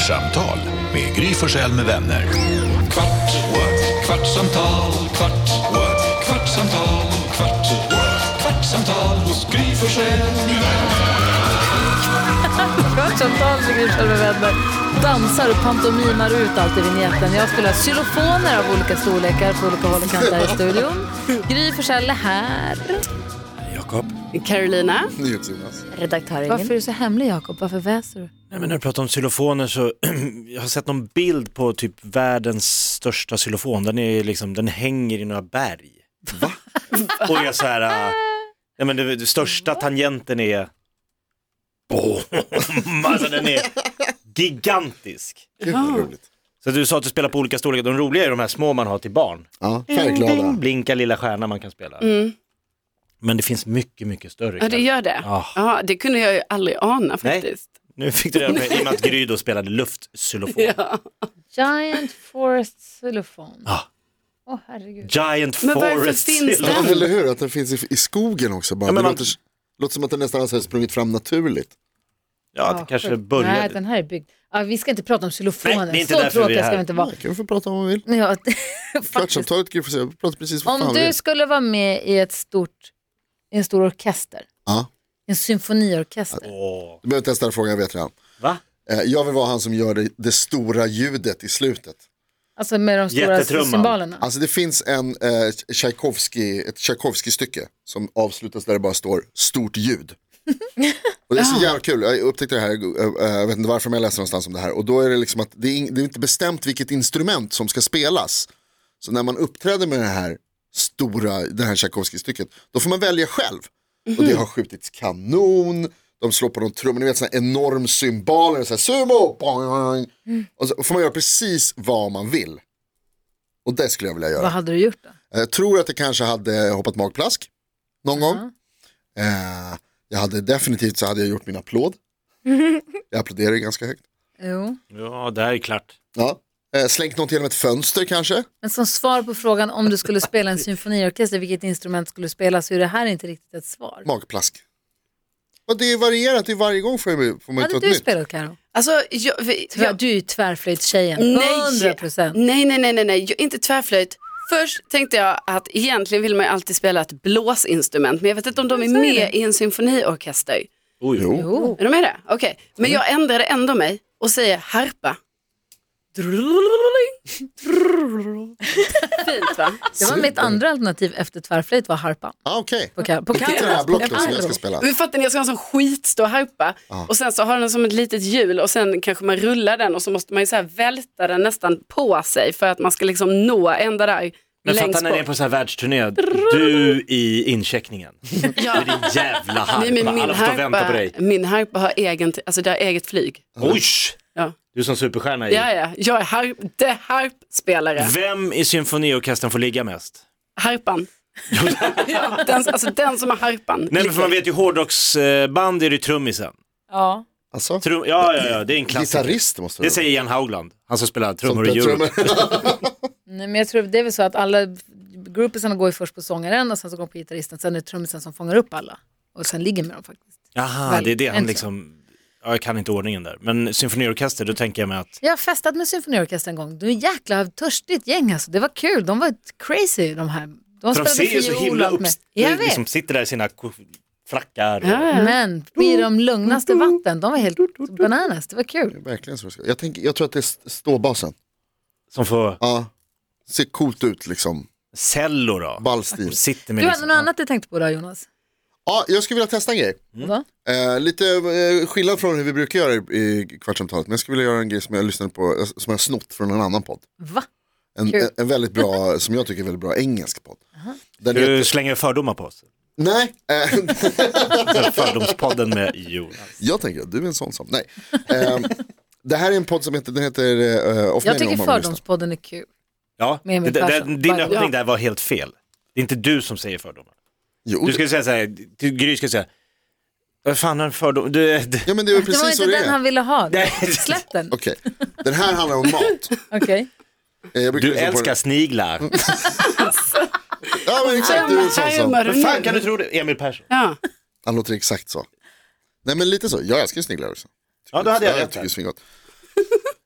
Kvartsamtal med Gry Forssell med vänner. Kvart, what? Kvartsamtal, kvart, what? Kvartsamtal, kvart, what? Kvartsamtal hos Gry Forssell med vänner. Kvartsamtal med Gry Forssell med vänner. Dansar och pantomimar ut allt i vignetten. Jag spelar xylofoner av olika storlekar på olika håll och kanter i studion. Gry Forssell är här. Jakob. Carolina. Redaktören. Varför är du så hemlig, Jakob? Varför väser du? Nej, men när du pratar om xylofoner så jag har sett någon bild på typ världens största xylofon. Den hänger i några berg. Va? Och jag så här nej, men det största tangenten är alltså den är gigantisk. Så du sa att du spelar på olika storlekar. De roliga är de här små man har till barn. Ja, färgglada. Blinka lilla stjärna man kan spela. Men det finns mycket, mycket större. Ja, det gör det. Ja, det kunde jag ju aldrig ana faktiskt. Nej, nu fick du reda på det i och med att Gry då spelade luftxylofon. Ja. Giant Forest Xylofon. Ja. Åh, herregud. Giant Men varför Forest finns xylofon. Ja, eller hur? Att den finns i skogen också. Bara. Ja, men det låter som att den nästan har sprungit fram naturligt. Ja, det kanske sjukt. började. Nej, den här är byggd. Ja, vi ska inte prata om xylofoner. Nej, det är inte så därför vi är tråkiga här. ska vi inte vara. Ja, kan vi få prata om vad man vill? Ja, faktiskt. Kvartsamtalet kan vi få se. Vi pratar precis vad fan Om vi du vill. skulle vara med i en stor orkester. Ja. En symfoniorkester. Du behöver testa den frågan, jag vet redan. Va? Jag vill vara han som gör det stora ljudet i slutet. Alltså med de stora Jättetrumman. symbolerna. Alltså det finns ett Tchaikovsky-stycke som avslutas där det bara står stort ljud. Och det är så jävla kul, jag upptäckte det här, jag vet inte varför men jag läste någonstans om det här. Och då är det liksom att det är inte bestämt vilket instrument som ska spelas. Så när man uppträder med det här Tchaikovsky-stycket, då får man välja själv. Och det har skjutits kanon, de slår på någon trumma, ni vet sån här enorm symboler, så här sumo, boing. Och så får man göra precis vad man vill. Och det skulle jag vilja göra. Vad hade du gjort då? Jag tror att det kanske hade hoppat magplask någon gång. Jag hade definitivt så hade jag gjort min applåd. Jag applåderar ju ganska högt. Jo. Ja, det här är klart. Ja. Slängt något genom ett fönster kanske. Men som svar på frågan om du skulle spela en symfoniorkester, vilket instrument skulle du spela, så är det här inte riktigt ett svar. Magplask. Och det är varierat, det är varje gång får man inte Hade något du nytt. spelat, Karo? Alltså, Du är ju tvärflöjtstjejen. 100%. Nej, inte tvärflöjt. Först tänkte jag att egentligen vill man ju alltid spela ett blåsinstrument, men jag vet inte om de är med i en symfoniorkester. Jo. Är de med det? Okej. Men jag ändrade ändå mig och säger harpa. Fint, va? Det var mitt andra alternativ efter tvärflöjt var harpan. Okej. På Titta det här blocket som jag ska spela. Vi fattar, jag ska ha en sån skitstor harpa och sen så har den som ett litet hjul och sen kanske man rullar den och så måste man ju så här välta den nästan på sig för att man ska liksom nå ända där. Men längst fattar när ni är bort. på så här världsturné, du i incheckningen. Ja. Det är din jävla harpa. Nej, men Alla får vänta på dig. min harpa har det har eget flyg. Oj! Ja. Du är som superstjärna i. Ja, jag är harpspelare. Vem i symfoniorkestern får ligga mest? Harpan. Ja, den som har harpan. Nej, men för man vet ju hårdrocksband är det trummisen. Ja. Alltså, Ja, det är en klassiker. gitarrist måste Det säger Ian Haugland, han som spelar trummor i som Euro. Nej, men jag tror det är väl så att alla groupisarna går ju först på sångaren och sen så går på gitarristen, sen är det trummisen som fångar upp alla och sen ligger med dem faktiskt. Jaha, det är det han liksom. Ja, jag kan inte ordningen där. Men symfoniorkester, då tänker jag mig att Jag har festat med symfoniorkester en gång. Du är jäkla törstigt gäng alltså. Det var kul. De var crazy de här. de spelade ser ju så fiol himla och allt upp. med. Jag vet. Liksom sitter där i sina frackar. Och... Men i de lugnaste vatten, de var helt bananas. Det var kul. Verkligen så. Jag tror att det är ståbasen. Som får Ja, ser coolt ut liksom. cello då. Ballstil. Sitter med Du hade liksom, något annat du tänkte på då, Jonas? Ja, jag skulle vilja testa en grej. Va? Lite skillnad från hur vi brukar göra i kvartsamtalet. Men jag skulle vilja göra en grej som jag lyssnade på, som jag har snott från en annan podd. Va? En väldigt bra, som jag tycker är väldigt bra engelsk podd. Den Du heter, slänger fördomar på oss. nej, Fördomspodden med Jonas. jag tänker att du är en sån som, nej. Det här är en podd som heter, den heter Off Jag Menu, tycker om man vill lyssna. Fördomspodden är kul. Ja, Med Emil Persson. din Ja. öppning där var helt fel. Det är inte du som säger fördomar. Jo, Du skulle säga så här, till Gry ska säga, vad fan är en fördom? ja men det är väl Det var precis så inte det den han är. ville ha. Nej. Släpp den. Okej, den här handlar om mat. Okej. Jag brukar Du lyssna på älskar den. sniglar. Ja men exakt, du är en sån som. Vad fan kan du tro det? Emil Persson. Ja. Han låter exakt så. Nej men lite så, jag älskar sniglar också. Ja, då hade jag Jag rätt tycker där. det är svingott.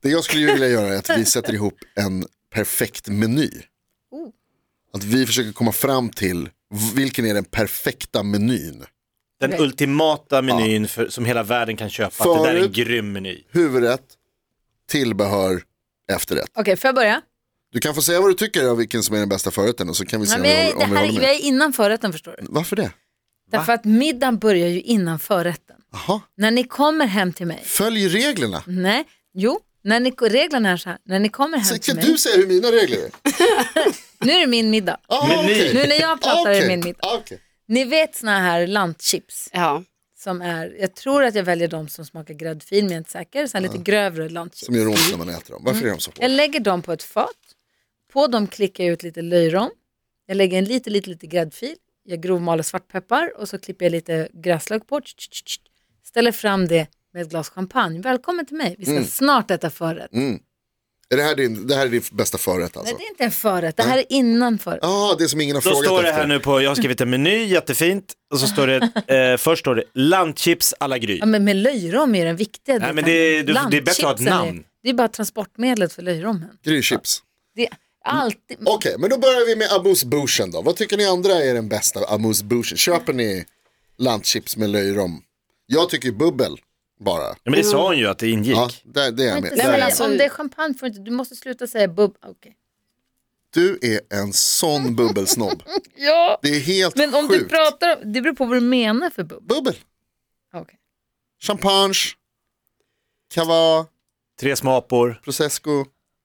Det jag skulle vilja göra är att vi sätter ihop en perfekt meny. Att vi försöker komma fram till vilken är den perfekta menyn. Den ultimata menyn som hela världen kan köpa. Det där är en grym meny. Huvudrätt, tillbehör, efterrätt. Okej, får jag börja? Du kan få säga vad du tycker av vilken som är den bästa förrätten och så kan vi se om vi håller med. Jag är innan förrätten, förstår du. Varför det? Därför att middagen börjar ju innan förrätten. Aha. När ni kommer hem till mig. Följ reglerna. Nej, reglerna är så här. När ni kommer hem till mig. Kan du säga hur mina regler är? Nu är det min middag. Okay. Nu när jag pratar är det min middag. Okay. Ni vet såna här lantchips. Ja. Som är, jag tror att jag väljer de som smakar gräddfil, men jag är inte säker. Sen lite grövre lantchips. Som gör ont när man äter dem. Varför är de så på? Jag lägger dem på ett fat. På dem klickar jag ut lite löjrom. Jag lägger en lite gräddfil. Jag grovmaler svartpeppar och så klipper jag lite gräslök på. Ställer fram det med ett glas champagne. Välkommen till mig. Vi ska snart äta förrätt. Är det här är din bästa förrätt alltså? Nej, det är inte en förrätt. Det här är innan förrätt. Ja, det är som ingen har frågat efter. Då står det här nu på, jag har skrivit en meny, jättefint. Och så står det, först står det lantchips à la Gry. Ja, men med löjrom är den viktiga. Nej, men det är bättre att ha ett namn. Det är bara transportmedlet för löjrommen. Grychips. Det är alltid... Okej, men då börjar vi med amuse-bouchen då. Vad tycker ni andra är den bästa amuse-bouchen? Köper ni lantchips med löjrom? Jag tycker bubbel bara. Ja, men det sa hon ju att det ingick. Ja, det är jag med. Nej, alltså, om det är champagne får du måste sluta säga okay. Du är en sån bubbelsnobb. Ja. Det är helt men om sjukt. Du pratar, det beror på vad du menar för bubbel. Bubbel. Okay. Champagne. Cava. 3 små apor. Prosecco.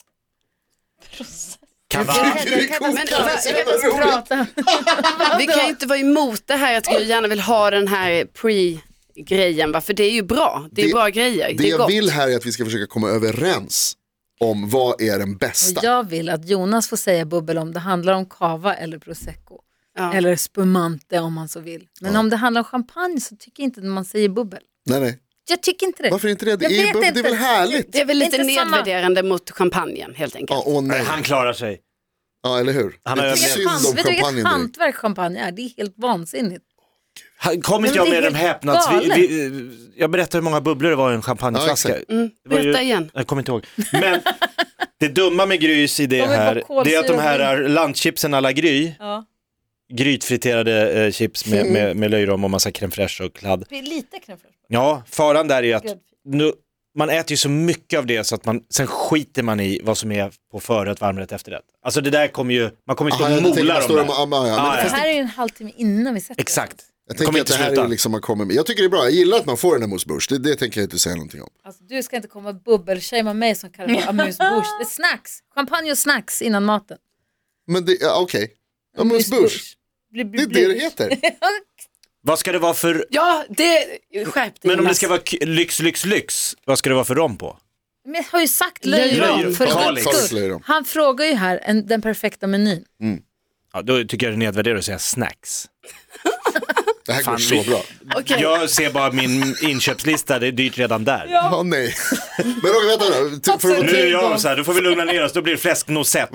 Vi kan ju inte vara emot det här att du gärna vill ha den här pre-grejen, för det är ju bra. Det är bra grejer. Det jag vill här är att vi ska försöka komma överens om vad är den bästa. Och jag vill att Jonas får säga bubbel om det handlar om cava eller prosecco. Ja. Eller spumante om man så vill. Men om det handlar om champagne så tycker jag inte att man säger bubbel. Nej. Jag tycker inte det. Varför inte det? Det är väl härligt? Det är väl lite nedvärderande mot champagnen helt enkelt. Nej. Han klarar sig. Ja, eller hur? Han har vet du vilket hantverk champagne är? Det är helt vansinnigt. Kom inte jag med de häpnats... Jag berättar hur många bubblor det var i en champagneflaska. Berätta igen. Jag kommer inte ihåg. Men det dumma med Grys i det här, det är att de här lantchipsen à la Gry, grytfriterade chips med löjrom och massa crème fraîche och kladd. Det är lite crème fraîche. Ja, faran där är att man äter ju så mycket av det så att sen skiter man i vad som är på förrätt, varmrätt, efterrätt. Alltså det där kommer ju, man kommer ju stå och mola dem där. Det här är ju en halvtimme innan vi sätter Exakt. Jag tänker att det här är liksom man kommer med. Jag tycker det är bra, jag gillar att man får en amuse-bouche. Det tänker jag inte säga någonting om. Alltså, du ska inte komma bubbel-shama mig som kallar det amuse-bouche. Det är snacks, champagne och snacks innan maten. Men det, okej. Amuse-bouche. Det är det heter. Vad ska det vara för... Ja, det skärpt. Men om det ska vara lyx, vad ska det vara för rom på? Men jag har ju sagt löjrom för han frågar ju här den perfekta menyn. Ja, då tycker jag det är nedvärderat att säga snacks. Det här går så bra. Okay. Jag ser bara min inköpslista, det är dyrt redan där. Ja, nej. Men Roger, vänta då. Nu är jag så här, då får vi lugna ner oss, då blir det fläsknosett.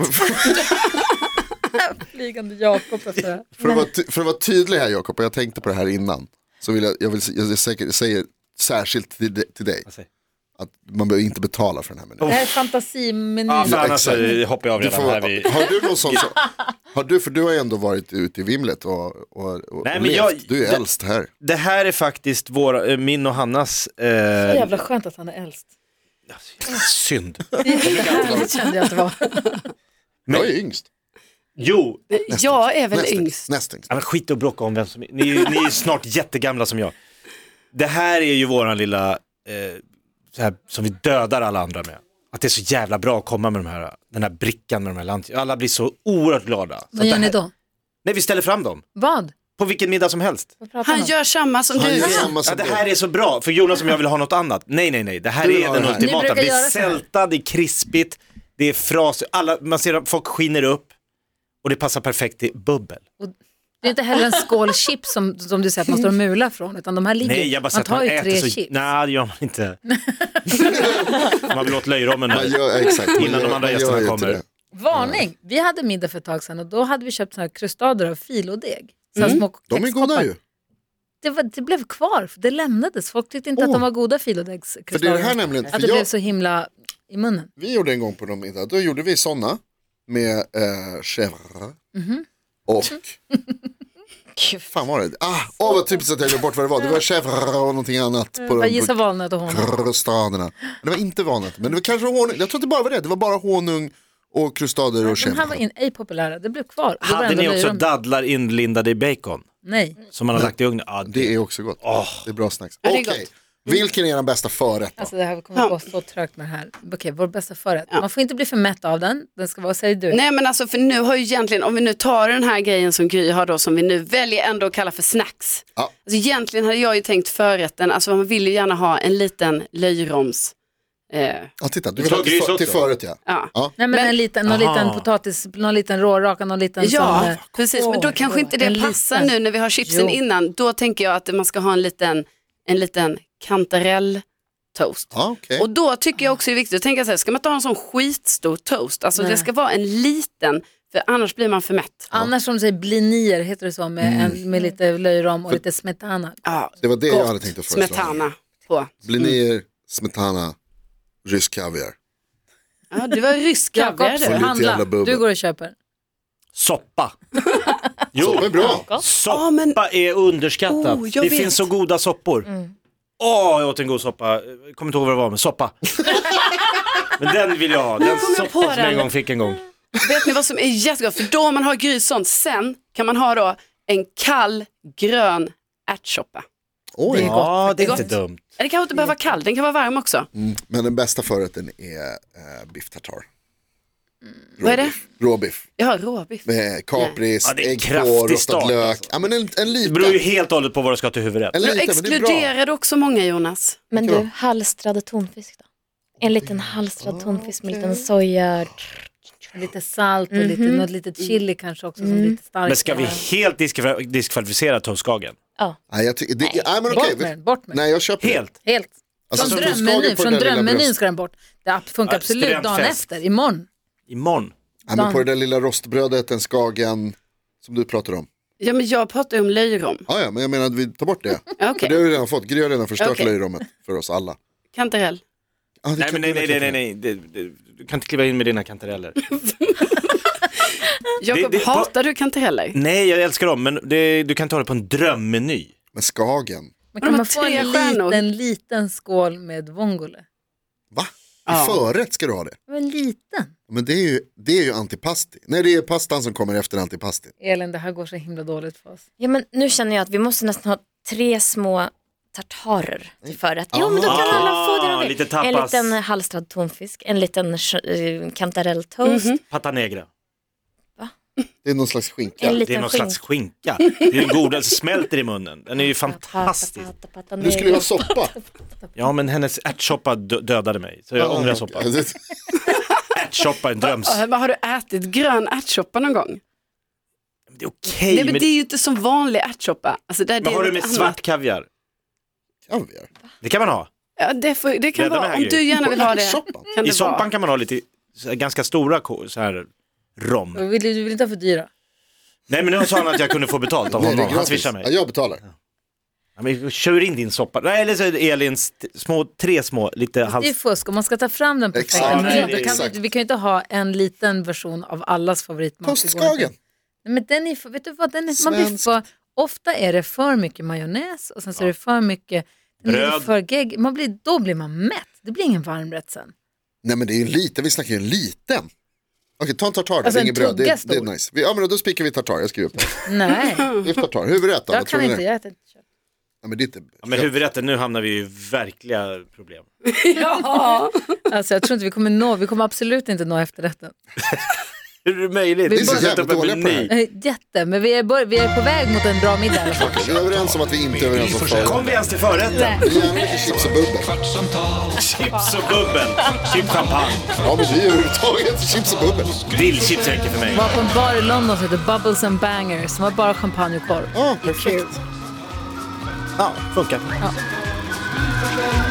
Flygande Jakob. För att vara tydlig här, Jakob, och jag tänkte på det här innan. Så vill jag säger särskilt till dig. Att man behöver inte betala för den här menyn. Det här är fantasimenyn. Ja, annars hoppar jag av redan här. Har du någon sån för du har ju ändå varit ute i vimlet och Nej, och men du är äldst här. Det här är faktiskt min och Hannas... Så jävla skönt att han är äldst. Synd. Det kände jag att det var. Jag är yngst. Jo. Jag är väl yngst. Näst yngst. Ja, men skit och bråka om vem som... Ni är snart jättegamla som jag. Det här är ju våran lilla... så här, som vi dödar alla andra med. Att det är så jävla bra att komma med den här brickan med de här lantchips. Alla blir så oerhört glada. Vad gör ni då? Nej, vi ställer fram dem. Vad? På vilken middag som helst. Han gör samma som du. Ja, det här är så bra. För Jonas som jag vill ha något annat. Nej. Det här är den ultimata. Det är sälta, det är krispigt, det är fras. Man ser att folk skiner upp. Och det passar perfekt till bubbel. Och det är inte heller en skål chips som du säger att man står och mular från. Utan de här ligger, nej, jag bara man tar ju 3 chips. Nej, det gör man inte. Man vill åt löjrommen innan de andra gästerna kommer. Varning, vi hade middag för ett tag sedan och då hade vi köpt såna här krustader av filodeg. Små de är goda ju. Det blev kvar, det lämnades. Folk tyckte inte att de var goda filodegskrustader. För det är det här nämligen. Att det blev så himla i munnen. Vi gjorde en gång på någon middag, då gjorde vi såna med chèvre och fan var det? Vad typiskt att jag glömde bort vad det var. Det var chèvre och någonting annat på Jag gissar valnöt och honung. krustaderna. Men det var inte valnöt, men det var kanske honung. Jag tror att det bara var det. Det var bara honung och krustader och De här var chèvre. ej populära, det blev kvar. Det var Hade ändå ni också löjrom. dadlar inlindade i bacon? Nej. Som man har lagt i ugnen? Ja, Det är också gott. Det är bra snacks. Ja, det är Okej, gott. vilken är den bästa förrätt då? Alltså det här kommer gå så trögt med det här. Okej, vår bästa förrätt. Man får inte bli för mätt av den. Den ska vara, säger du. Nej men alltså för nu har ju egentligen, om vi nu tar den här grejen som Gry har då, som vi nu väljer ändå att kalla för snacks. Ja. Alltså egentligen hade jag ju tänkt förrätten, alltså man vill ju gärna ha en liten löjroms. Ja, titta, du Det vill ha tar grys till också. förrätt, ja. Ja. Nej, men Men- en liten, någon liten potatis, någon liten råraka, någon liten Ja, sån, precis. Men då kanske inte det en passar liten. nu när vi har chipsen Jo. innan. Då tänker jag att man ska ha en liten kantarell-toast. Ja, okej. Och då tycker jag också det är viktigt att tänka så här, ska man inte ha en sån skitstor toast? Alltså Nej. det ska vara en liten, för annars blir man för mätt. Annars som du säger blinier heter det så med lite löjrom och lite smetana. Ja, Det var det jag hade tänkt att föreslå. smetana på. Blinier, smetana, rysk kaviar. Ja, det var rysk Jakob, kaviar lite det. handla. jävla bubbel. Du går och köper. Soppa. Jo, Så är bra. soppa Ja, men- är underskattat. Jag Det vet. finns så goda soppor. Jag åt en god soppa. Jag kommer inte ihåg vad det var, men soppa. Men den vill jag ha. Den kom jag på soppa som jag den. en gång fick en gång. Vet ni vad som är jättegott? För då man har grys sånt, sen kan man ha då en kall grön ärtsoppa. Oj. Det är Ja, det är gott. inte dumt. Det kanske inte behöver vara kall, den kan vara varm också. Men den bästa förrätten är biff tartar. Vad är det? Råbiff. Ja, råbiff. Med kapris, Ja, det är en ägg kraftig på, rostad start, lök. alltså. Ja, men en Det liten. beror ju helt och hållet på vad du ska ha till huvudrätt. En Du liten, men det är bra. exkluderade också många, Jonas. Men Vilka du, halstrad tonfisk då? En liten halstrad tonfisk med liten soja. Lite salt och något litet chili kanske också som lite starkt. Men ska vi helt diskvalificera toastskagen? Ja. Nej, jag tycker, nej, men okej. Bort med den, bort med den. Nej, jag köper det. Helt? Helt. Alltså, Från så du ska drömmenyn, ju på från den där lilla drömmenyn bröst- ska den bort. Det funkar Ja, absolut dagen studentfest. efter, imorgon. Imorgon? Nej, men på det där lilla rostbrödet, den skagen som du pratar om. Ja, men jag pratar ju om löjrom. Ja, men jag menar att vi tar bort det. Ja, okej. För det har vi redan fått. Gry har redan förstört Okej. löjrommet för oss alla. Kantarell. Ja, det Nej, kan men vi verkligen. nej. Du kan inte kliva in med dina kantareller. Jakob, det- hatar du kantareller? Nej, jag älskar dem, men du kan ta det på en drömmeny. Men skagen, Men de kan har man få 3 en stjärnor. liten skål med vongole? va? Ja. I förrätt ska du ha det. Men liten. Men det är ju antipasti. Nej, det är pastan som kommer efter antipasti. Elin, det här går så himla dåligt för oss. Ja, men nu känner jag att vi måste nästan ha 3 små tartarer till förrätt. Jo, men då kan alla få det de vill. lite tapas. En liten halstrad tonfisk, en liten kantarelltoast, Pata negra. Det är någon slags skinka. en Det är liten någon slags skinka. Det är den goda, smälter i munnen. Den är ju fantastisk. Du skulle ju ha soppa. Ja, men hennes ärtsoppa dödade mig. Så jag ångrar soppa. Ärtsoppa, en dröms. Men har du ätit grön ärtsoppa någon gång? Det är okej, Nej, men men det är ju inte som vanlig ärtsoppa. Alltså, det vad har är du något med annat. svart kaviar? Kaviar. Det kan man ha. Ja, det kan Rädda vara, mig här, om Gry. du gärna vill ha det. Ärtsoppan? Kan I det soppan vara. kan man ha lite så här, ganska stora så här rom. Du vill inte ha för dyra. Nej, men nu sa han att jag kunde få betalt av Nej, det är honom. Han gratis. swishar Ja, mig. jag betalar. Ja, men kör in din soppa. Nej, eller så är det Elins tre små, lite Det är hals... fusk, om man ska ta fram den perfekta Exakt. menyn, Ja, då kan exakt. vi kan ju inte ha en liten version av allas favoritmat. Toastskagen. Nej, men den är, vet du vad, den är, man blir Svensk. för, ofta är det för mycket majonnäs och sen så är det för mycket den är Bröd. för gegg, då blir man mätt. Det blir ingen varmrätt sen. Nej, men det är ju liten. Vi snackar ju en liten. Okej, ta en tartar då. Alltså Det är en inget bröd. Det tugga är stor. nice. Ja, men då spikar vi tartar. Jag skriver upp det. Nej, Biff tartar. Huvudrätt då? jag Vad tror kan ni inte, det? jag äter inte kött. Ja, men det är inte... Ja, men huvudrätten, nu hamnar vi i verkliga problem. Ja. Alltså jag tror inte vi kommer absolut inte nå efterrätten. Hur är det möjligt? Vi Du ska är så sätta jävla upp en dåliga på det här. meny. Jätte, men vi är på väg mot en bra middag i alla fall. Vi är överens om att vi inte är överens om förrätt. Kom vi ens till förrätten? Gärna lite chips och bubbel. Kvartsamtal, Chips och bubbel. Chips champagne. Ja, men vi är överhuvudtaget chips och bubbel. Dillchips räcker för mig. Var på en bar i London som heter Bubbles and Bangers som var bara champagne och korv. Ja, perfekt. Ja, funkar. Ja.